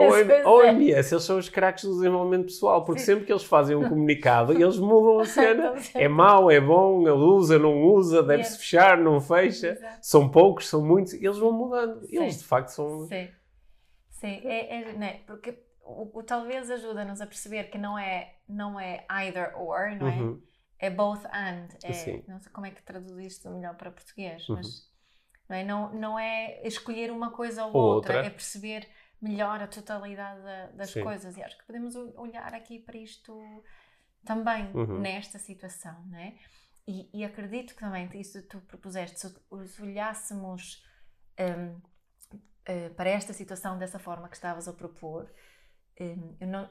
O M S, eles são os craques do desenvolvimento pessoal, porque Sim. sempre que eles fazem um comunicado, eles mudam a cena. É mau, é bom, ele usa, não usa, deve-se yes. fechar, não fecha. Exato. São poucos, são muitos, eles vão mudando. Sim. Eles, de facto, são... Sim. Sim, é, é, né? Porque o, o talvez ajuda-nos a perceber que não é, não é either or, não é? Uhum. É both and. É, não sei como é que traduz isto melhor para português, uhum. mas não é, não, não é escolher uma coisa ou, ou outra, outra, é perceber melhor a totalidade da, das Sim. coisas. E acho que podemos olhar aqui para isto também, uhum. nesta situação, não é? E, e acredito que também, isso que tu propuseste, se olhássemos... Um, Uh, para esta situação dessa forma que estavas a propor, um, eu não,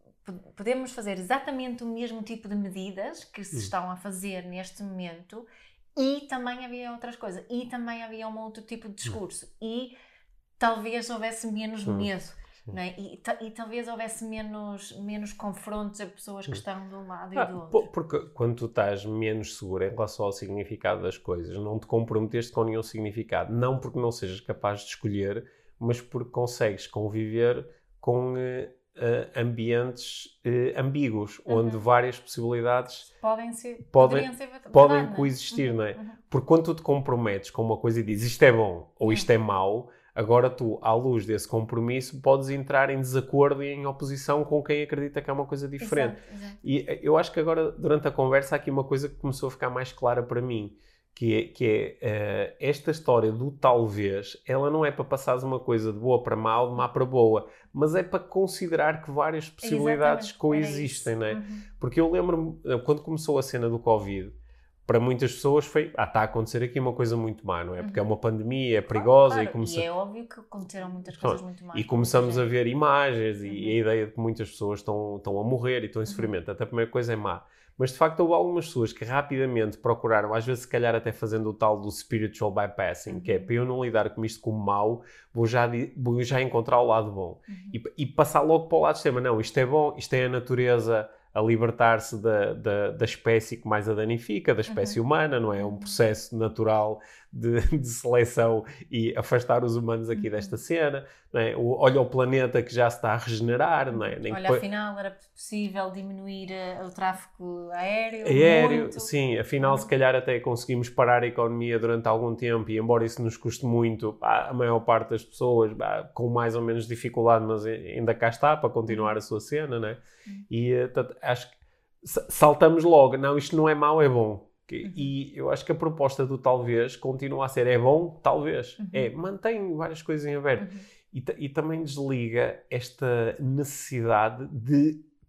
podemos fazer exatamente o mesmo tipo de medidas que se estão a fazer neste momento e também havia outras coisas, e também havia um outro tipo de discurso, e talvez houvesse menos medo, não é? e, e talvez houvesse menos, menos confrontos a pessoas que estão de um lado e ah, do outro. Porque quando tu estás menos seguro em relação ao significado das coisas, não te comprometeste com nenhum significado, não porque não sejas capaz de escolher, mas porque consegues conviver com uh, uh, ambientes uh, ambíguos, uhum. onde várias possibilidades podem, ser, podem, ser verdade, podem coexistir, uhum. não é? Uhum. Porque quando tu te comprometes com uma coisa e dizes isto é bom ou isto é mau, agora tu, à luz desse compromisso, podes entrar em desacordo e em oposição com quem acredita que é uma coisa diferente. Exato, exato. E eu acho que agora, durante a conversa, há aqui uma coisa que começou a ficar mais clara para mim, que é, que é uh, esta história do talvez, ela não é para passares uma coisa de boa para mal, de má para boa, mas é para considerar que várias possibilidades Exatamente. coexistem, não é? Uhum. Porque eu lembro-me, quando começou a cena do Covid, para muitas pessoas foi, ah, está a acontecer aqui uma coisa muito má, não é? Porque uhum. é uma pandemia, é perigosa. Claro, e, começa... e é óbvio que aconteceram muitas coisas muito más. E começamos a ver imagens uhum. e a ideia de que muitas pessoas estão, estão a morrer e estão em sofrimento. Uhum. Até a primeira coisa é má. Mas, de facto, houve algumas pessoas que rapidamente procuraram, às vezes, se calhar até fazendo o tal do spiritual bypassing, uhum. que é, para eu não lidar com isto como mau, vou já, vou já encontrar o lado bom. Uhum. E, e passar logo para o lado extremo. Não, isto é bom, isto é a natureza a libertar-se da, da, da espécie que mais a danifica, da espécie uhum. humana, não é? É um processo natural de, de seleção e afastar os humanos aqui uhum. desta cena, não é? O, olha o planeta que já se está a regenerar, não é? Nem olha, que... afinal era possível diminuir uh, o tráfego aéreo, aéreo muito. Sim, afinal uhum. se calhar até conseguimos parar a economia durante algum tempo e embora isso nos custe muito, pá, a maior parte das pessoas pá, com mais ou menos dificuldade, mas ainda cá está para continuar uhum. a sua cena, não é? Uhum. E uh, acho que saltamos logo, não, isto não é mau, é bom. Uhum. E eu acho que a proposta do talvez continua a ser, é bom, talvez. Uhum. É, mantém várias coisas em aberto. Uhum. E, e também desliga esta necessidade de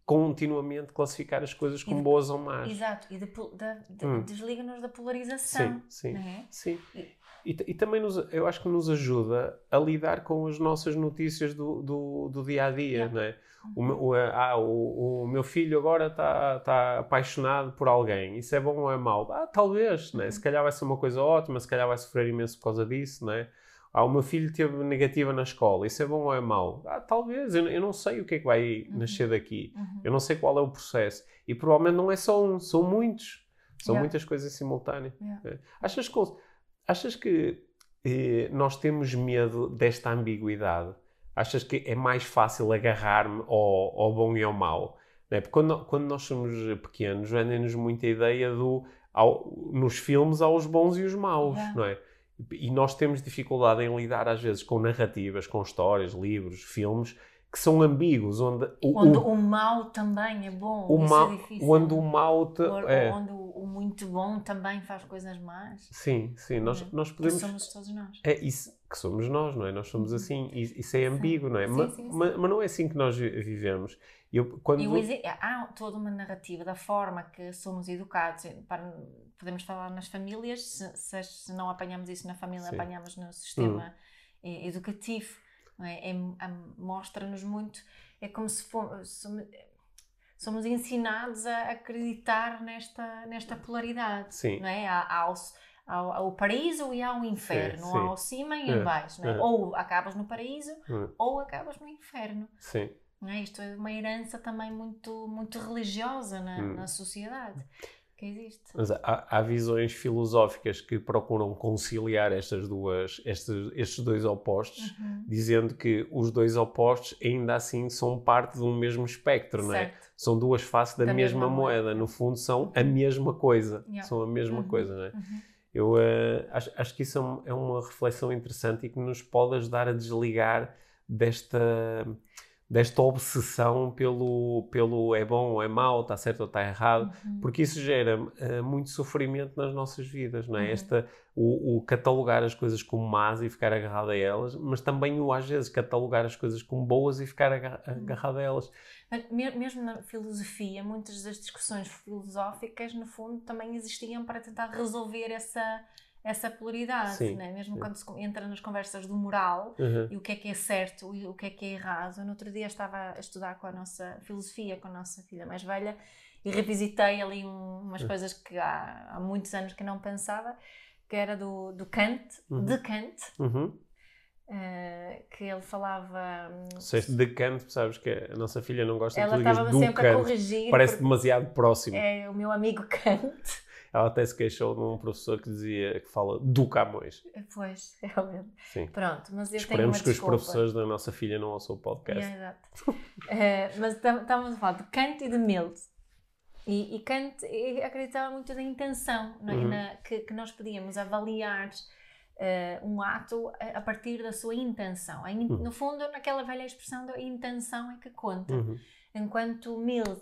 continuamente classificar as coisas como de, boas ou más. Exato, e de, de, de, hum. desliga-nos da polarização. Sim, sim, não é? sim. E, e, e também nos, eu acho que nos ajuda a lidar com as nossas notícias do, do, do dia a dia, yeah. não é? O, o, ah, o, o meu filho agora está tá apaixonado por alguém. Isso é bom ou é mau? Ah, talvez, uhum. né? Se calhar vai ser uma coisa ótima, se calhar vai sofrer imenso por causa disso, né? Ah, o meu filho teve negativa na escola. Isso é bom ou é mau? Ah, talvez. Eu, eu não sei o que é que vai uhum. nascer daqui. Uhum. Eu não sei qual é o processo. E provavelmente não é só um, são muitos. São yeah. muitas coisas simultâneas. Yeah. É. Achas que, achas que eh, nós temos medo desta ambiguidade? Achas que é mais fácil agarrar-me ao, ao bom e ao mau? Não é? Porque quando, quando nós somos pequenos, vendem-nos muita ideia do... Ao, nos filmes há os bons e os maus, yeah. não é? E nós temos dificuldade em lidar, às vezes, com narrativas, com histórias, livros, filmes, que são ambíguos, onde... O, onde o, o mau também é bom, o isso mal, é difícil. Onde o mau... Te, Ou, é. Onde o, o muito bom também faz coisas más. Sim, sim, nós, é. nós podemos... Que somos todos nós. É isso, que somos nós, não é? Nós somos assim, e isso é ambíguo, não é? Sim, mas, sim, sim. Mas, mas não é assim que nós vivemos. Eu, quando... E o, há toda uma narrativa da forma que somos educados. Para, podemos falar nas famílias, se, se, se não apanhamos isso na família, sim. apanhamos no sistema hum. educativo. Não é? É, é, mostra-nos muito, é como se fomos, somos, somos ensinados a acreditar nesta, nesta polaridade. Sim. Não é? Há, há, o, Há, há o paraíso e há o inferno, sim, sim. há ao cima e em baixo, não é? É. Ou acabas no paraíso é. ou acabas no inferno. Sim. Não é? Isto é uma herança também muito, muito religiosa na, hum. na sociedade que existe. Mas há, há visões filosóficas que procuram conciliar estas duas, estes, estes dois opostos, uhum. dizendo que os dois opostos ainda assim são parte de um mesmo espectro, certo. Não é? São duas faces da, da mesma, mesma moeda. moeda, no fundo são uhum. a mesma coisa, yeah. são a mesma uhum. coisa, não é? Uhum. Eu uh, acho, acho que isso é uma reflexão interessante e que nos pode ajudar a desligar desta, desta obsessão pelo, pelo é bom ou é mau, está certo ou está errado, uhum. porque isso gera uh, muito sofrimento nas nossas vidas, não é? Uhum. Esta, o, o catalogar as coisas como más e ficar agarrado a elas, mas também o, às vezes, catalogar as coisas como boas e ficar agar, agarrado a elas. Mesmo na filosofia, muitas das discussões filosóficas, no fundo, também existiam para tentar resolver essa, essa polaridade, sim, né? Mesmo sim. quando se entra nas conversas do moral uhum. e o que é que é certo e o que é que é errado. No outro dia estava a estudar com a nossa filosofia, com a nossa filha mais velha, e revisitei ali um, umas uhum. coisas que há, há muitos anos que não pensava, que era do, do Kant, uhum. de Kant, uhum. Uh, que ele falava... Se de Kant, sabes que a nossa filha não gosta ela de dizer do sempre Kant. A corrigir. Parece demasiado próximo. É o meu amigo Kant. Ela até se queixou de um professor que dizia que fala do Camões. Pois, realmente. Sim. Pronto, mas eu Esperemos tenho uma que desculpa. Os professores da nossa filha não ouçam o podcast. É, exato. uh, mas estávamos a falar de Kant e de Mill. E, e Kant acreditava muito na intenção, não é? Uhum. na, que, que nós podíamos avaliar Uh, um ato a, a partir da sua intenção. A in, uhum. No fundo, naquela velha expressão da intenção é que conta. Uhum. Enquanto Mill, uh,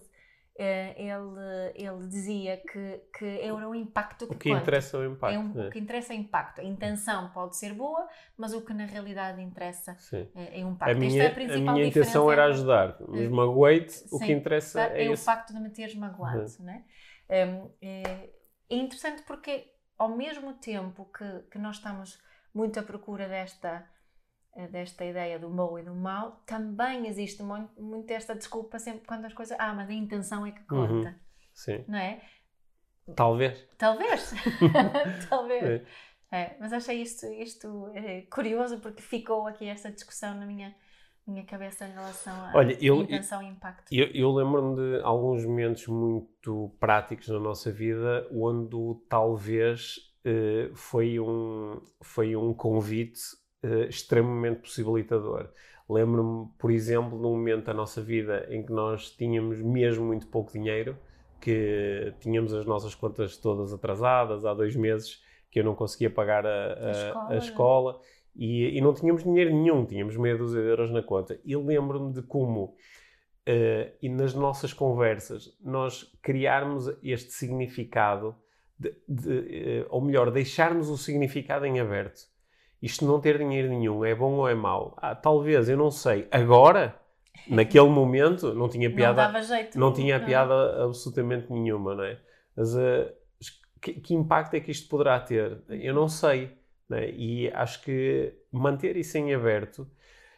ele, ele dizia que, que era o impacto que, o que conta. Interessa é o impacto. É um, é. O que interessa é o impacto. A intenção pode ser boa, mas o que na realidade interessa é, é o impacto. A minha, é a principal a minha intenção era ajudar, mas magoei-te, o que interessa é, é esse. o facto de me teres magoado. Uhum. Né? Um, é, é interessante porque ao mesmo tempo que, que nós estamos muito à procura desta, desta ideia do bom e do mau, também existe muito, muito esta desculpa sempre quando as coisas... Ah, mas a intenção é que conta. Uhum. Sim. Não é? Talvez. Talvez. Talvez. É. É, mas achei isto, isto é, curioso porque ficou aqui esta discussão na minha... minha cabeça em relação à Olha, eu, intenção e impacto. Eu, eu lembro-me de alguns momentos muito práticos na nossa vida onde talvez uh, foi, um, foi um convite uh, extremamente possibilitador. Lembro-me, por exemplo, de um momento da nossa vida em que nós tínhamos mesmo muito pouco dinheiro, que tínhamos as nossas contas todas atrasadas há dois meses, que eu não conseguia pagar a, a, a escola. A escola E, e não tínhamos dinheiro nenhum, tínhamos meia dúzia de euros na conta. E lembro-me de como, uh, e nas nossas conversas, nós criarmos este significado, de, de, uh, ou melhor, deixarmos o significado em aberto. Isto não ter dinheiro nenhum, é bom ou é mau? Ah, talvez, eu não sei. Agora naquele momento não tinha piada, não dava jeito, não tinha não. piada absolutamente nenhuma, não é? Mas uh, que, que impacto é que isto poderá ter? Eu não sei, não é? E acho que manter isso em aberto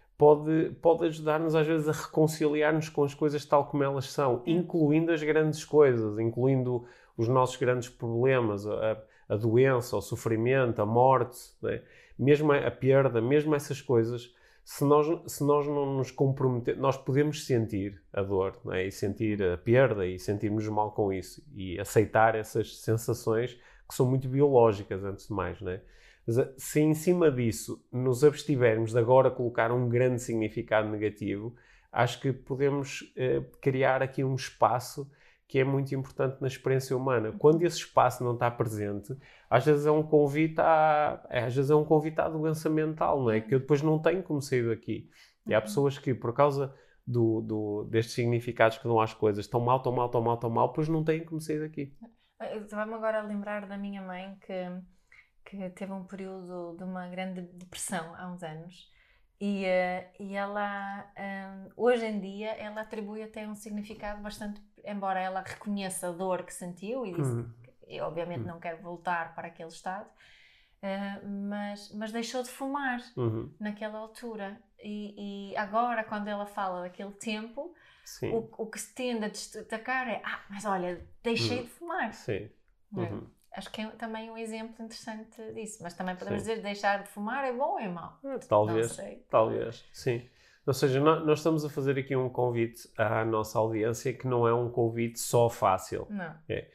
pode, pode ajudar-nos às vezes a reconciliar-nos com as coisas tal como elas são, é. incluindo as grandes coisas, incluindo os nossos grandes problemas, a, a doença, o sofrimento, a morte, não é? Mesmo a perda, mesmo essas coisas. Se nós, se nós não nos comprometermos, nós podemos sentir a dor, não é? E sentir a perda e sentirmos mal com isso e aceitar essas sensações que são muito biológicas, antes de mais, não é? Mas se em cima disso nos abstivermos de agora colocar um grande significado negativo, acho que podemos eh, criar aqui um espaço que é muito importante na experiência humana. Quando esse espaço não está presente, às vezes é um convite à, às vezes é um convite à doença mental, não é? Que eu depois não tenho como sair daqui. E há pessoas que, por causa do, do, destes significados que dão às coisas, tão mal, tão mal, tão mal, tão mal, depois não têm como sair daqui. Estava-me agora a lembrar da minha mãe que, que teve um período de uma grande depressão há uns anos. E, uh, e ela, um, hoje em dia, ela atribui até um significado bastante, embora ela reconheça a dor que sentiu e disse Uhum. que eu, obviamente, Uhum. não quero voltar para aquele estado, uh, mas, mas deixou de fumar uhum. naquela altura. E, e agora, quando ela fala daquele tempo, o, o que se tende a destacar é: ah, mas olha, deixei uhum. de fumar. Sim. Uhum. Acho que é também um exemplo interessante disso, mas também podemos sim. dizer deixar de fumar é bom ou é mau? Talvez, não sei. talvez, sim. Ou seja, nós, nós estamos a fazer aqui um convite à nossa audiência que não é um convite só fácil. Não. É.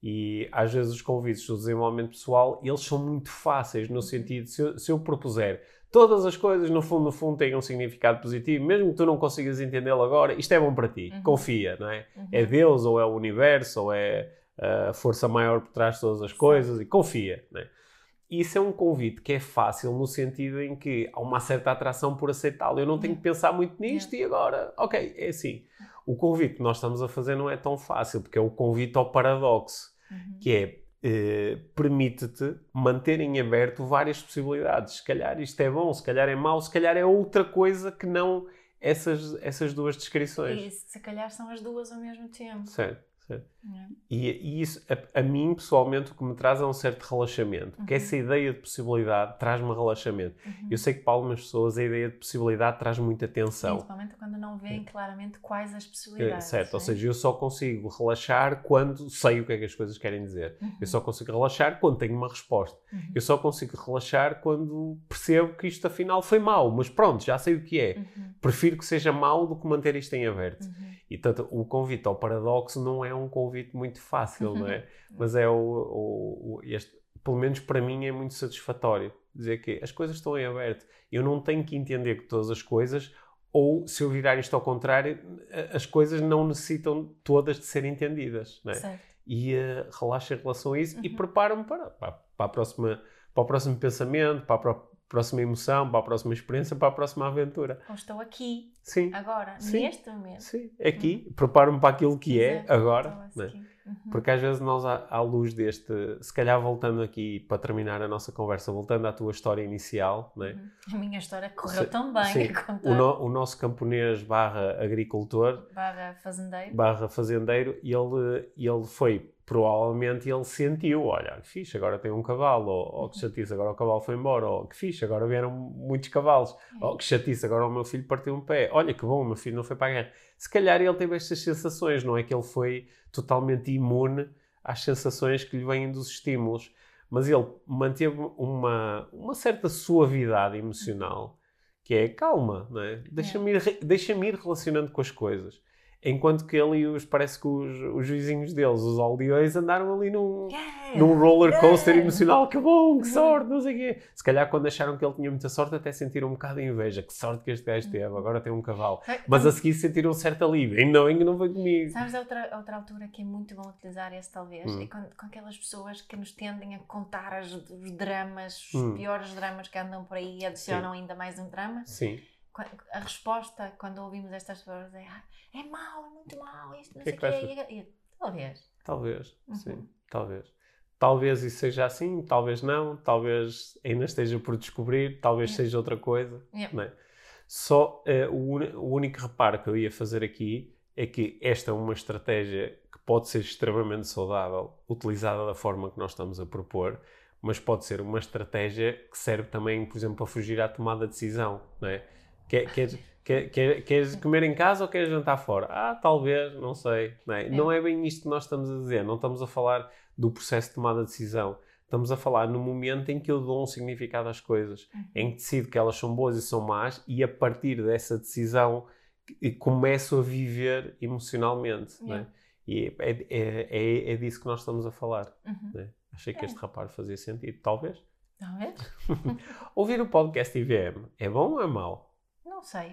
E às vezes os convites do desenvolvimento pessoal, eles são muito fáceis, no sentido, se eu, se eu propuser todas as coisas, no fundo, no fundo, têm um significado positivo, mesmo que tu não consigas entendê-lo agora, isto é bom para ti, uhum. confia, não é? Uhum. É Deus, ou é o universo, ou é a força maior por trás de todas as coisas, Sim. e confia, não é? E isso é um convite que é fácil no sentido em que há uma certa atração por aceitá-lo. Eu não tenho que pensar muito nisto e agora, ok, é assim. O convite que nós estamos a fazer não é tão fácil, porque é o convite ao paradoxo, uhum. que é, eh, permite-te manter em aberto várias possibilidades. Se calhar isto é bom, se calhar é mau, se calhar é outra coisa que não essas, essas duas descrições. E se calhar são as duas ao mesmo tempo. Certo. Certo. Uhum. E, e isso, a, a mim, pessoalmente, o que me traz é um certo relaxamento. Porque uhum. essa ideia de possibilidade traz-me relaxamento. Uhum. Eu sei que para algumas pessoas a ideia de possibilidade traz muita tensão. Principalmente quando não veem claramente quais as possibilidades. É, certo, é? Ou seja, eu só consigo relaxar quando sei o que é que as coisas querem dizer. Uhum. Eu só consigo relaxar quando tenho uma resposta. Uhum. Eu só consigo relaxar quando percebo que isto afinal foi mau. Mas pronto, já sei o que é. Uhum. Prefiro que seja mau do que manter isto em aberto. Uhum. E tanto o convite ao paradoxo não é um convite muito fácil, não é? Mas é o, o, o este, pelo menos para mim é muito satisfatório dizer que as coisas estão em aberto. Eu não tenho que entender que todas as coisas, ou se eu virar isto ao contrário, as coisas não necessitam todas de ser entendidas, não é? Certo. E uh, relaxo em relação a isso uhum. e preparo-me para, para, para, a próxima, para o próximo pensamento, para a própria próxima emoção, para a próxima experiência, para a próxima aventura. Ou estou aqui, Sim. agora, Sim. neste momento. Sim, aqui, uhum. preparo-me para aquilo que Exato. é agora. Né? Uhum. Porque às vezes nós, à, à luz deste, se calhar voltando aqui, para terminar a nossa conversa, voltando à tua história inicial. Né? Uhum. A minha história correu se, tão bem sim, a contar. O, no, o nosso camponês barra agricultor, barra fazendeiro, barra fazendeiro ele, ele foi... provavelmente ele sentiu, olha, que fixe, agora tem um cavalo, ou, ou que chatice, agora o cavalo foi embora, ou que fixe, agora vieram muitos cavalos, é. ou que chatice, agora o meu filho partiu um pé, olha que bom, o meu filho não foi para a guerra. Se calhar ele teve estas sensações, não é que ele foi totalmente imune às sensações que lhe vêm dos estímulos, mas ele manteve uma, uma certa suavidade emocional, que é calma, não é? Deixa-me ir, deixa-me ir relacionando com as coisas. Enquanto que ele e os, parece que os, os vizinhos deles, os aldeões, andaram ali num, yeah, num roller coaster yeah. emocional. Que bom, que sorte, não sei o quê. Se calhar quando acharam que ele tinha muita sorte, até sentiram um bocado de inveja. Que sorte que este gajo teve, agora tem um cavalo. Mas a seguir sentiram um certo alívio. Ainda não, ainda não foi comigo. Sabes a outra, outra altura que é muito bom utilizar esse talvez? Hum. É com, com aquelas pessoas que nos tendem a contar as, os dramas, os hum. piores dramas que andam por aí e adicionam Sim. ainda mais um drama. Sim. A resposta, quando ouvimos estas pessoas, é ah, é mau, é muito mau, isto não que sei o que quê. E, talvez. Talvez, uhum. sim, talvez. Talvez isso seja assim, talvez não, talvez ainda esteja por descobrir, talvez yeah. seja outra coisa. Yeah. Não é? Só uh, o, un... o único reparo que eu ia fazer aqui é que esta é uma estratégia que pode ser extremamente saudável, utilizada da forma que nós estamos a propor, mas pode ser uma estratégia que serve também, por exemplo, para fugir à tomada de decisão, não é? Quer, queres, quer, quer, queres comer em casa ou queres jantar fora? Ah, talvez, não sei. Não é? É. Não é bem isto que nós estamos a dizer, não estamos a falar do processo de tomada de decisão. Estamos a falar no momento em que eu dou um significado às coisas, uhum. em que decido que elas são boas e são más, e a partir dessa decisão começo a viver emocionalmente. É. Não é? E é, é, é, é disso que nós estamos a falar. Uhum. Não é? Achei que é. este rapaz fazia sentido. Talvez. Talvez. Ouvir o podcast I V M é bom ou é mau? Não sei.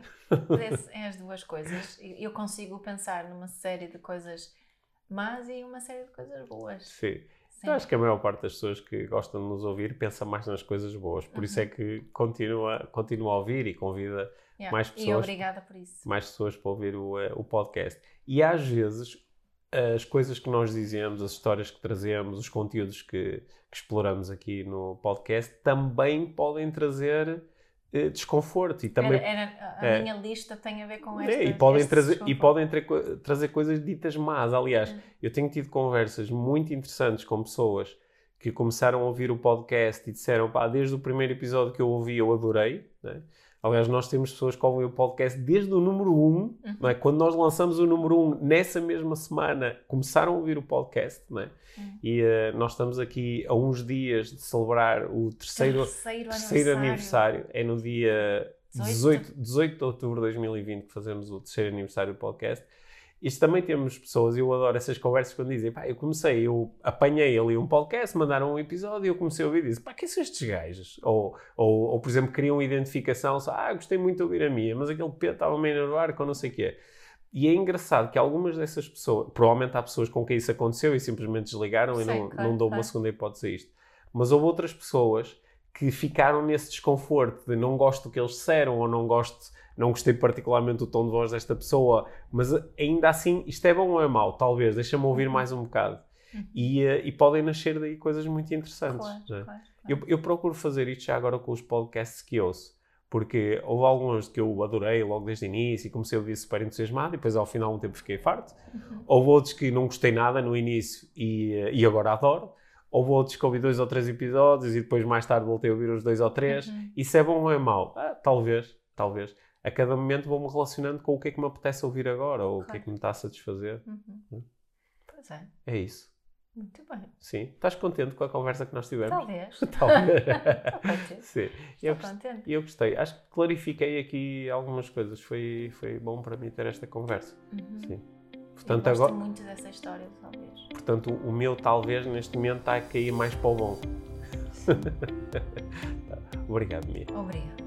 É as duas coisas. Eu consigo pensar numa série de coisas más e uma série de coisas boas. Sim. Sim. Eu acho que a maior parte das pessoas que gostam de nos ouvir pensa mais nas coisas boas. Por uhum. isso é que continua, continua a ouvir e convida yeah. mais pessoas. E obrigada por isso. Mais pessoas para ouvir o, o podcast. E às vezes as coisas que nós dizemos, as histórias que trazemos, os conteúdos que, que exploramos aqui no podcast também podem trazer eh, desconforto. E também, era, era, a é, minha lista tem a ver com esta, é, e podem trazer E podem tra trazer coisas ditas más. Aliás, é. eu tenho tido conversas muito interessantes com pessoas que começaram a ouvir o podcast e disseram, pá, desde o primeiro episódio que eu ouvi eu adorei, né? Aliás, nós temos pessoas que ouvem o podcast desde o número um, uhum. não é? Quando nós lançamos o número um, nessa mesma semana, começaram a ouvir o podcast, não é? Uhum. E uh, nós estamos aqui a uns dias de celebrar o terceiro, terceiro, terceiro aniversário. aniversário. É no dia dezoito, dezoito de outubro de dois mil e vinte que fazemos o terceiro aniversário do podcast. Isto também temos pessoas, e eu adoro essas conversas quando dizem, pá, eu comecei, eu apanhei ali um podcast, mandaram um episódio e eu comecei a ouvir e disse, pá, quem são estes gajos? Ou, ou, ou por exemplo, queriam identificação, só, ah, gostei muito de ouvir a minha, mas aquele P estava meio no ar, ou não sei o que é. E é engraçado que algumas dessas pessoas, provavelmente há pessoas com quem isso aconteceu e simplesmente desligaram Sei, e não, claro, não dou claro. uma segunda hipótese a isto. Mas houve outras pessoas que ficaram nesse desconforto de não gosto do que eles disseram ou não gosto... Não gostei particularmente do tom de voz desta pessoa, mas ainda assim, isto é bom ou é mau? Talvez, deixa-me ouvir mais um bocado. Uhum. E, uh, e podem nascer daí coisas muito interessantes. Claro, né? claro, claro. Eu, eu procuro fazer isto já agora com os podcasts que ouço, porque houve alguns que eu adorei logo desde o início e comecei a ouvir super entusiasmado e depois ao final de um tempo fiquei farto. Uhum. Houve outros que não gostei nada no início e, e agora adoro. Houve outros que ouvi dois ou três episódios e depois mais tarde voltei a ouvir os dois ou três. Uhum. Isso é bom ou é mau? Ah, talvez, talvez. A cada momento vou-me relacionando com o que é que me apetece ouvir agora ou claro. o que é que me está a satisfazer. Uhum. Pois é. É isso. Muito bem. Sim. Estás contente com a conversa que nós tivemos? Talvez. Talvez. Estou contente. Sim. Estou eu contente. Eu gostei. Acho que clarifiquei aqui algumas coisas. Foi, foi bom para mim ter esta conversa. Uhum. Sim. Portanto, eu gosto agora... muito dessa história, talvez. Portanto, o meu talvez neste momento está a cair mais para o bom. Sim. Obrigado, Mia. Obrigada.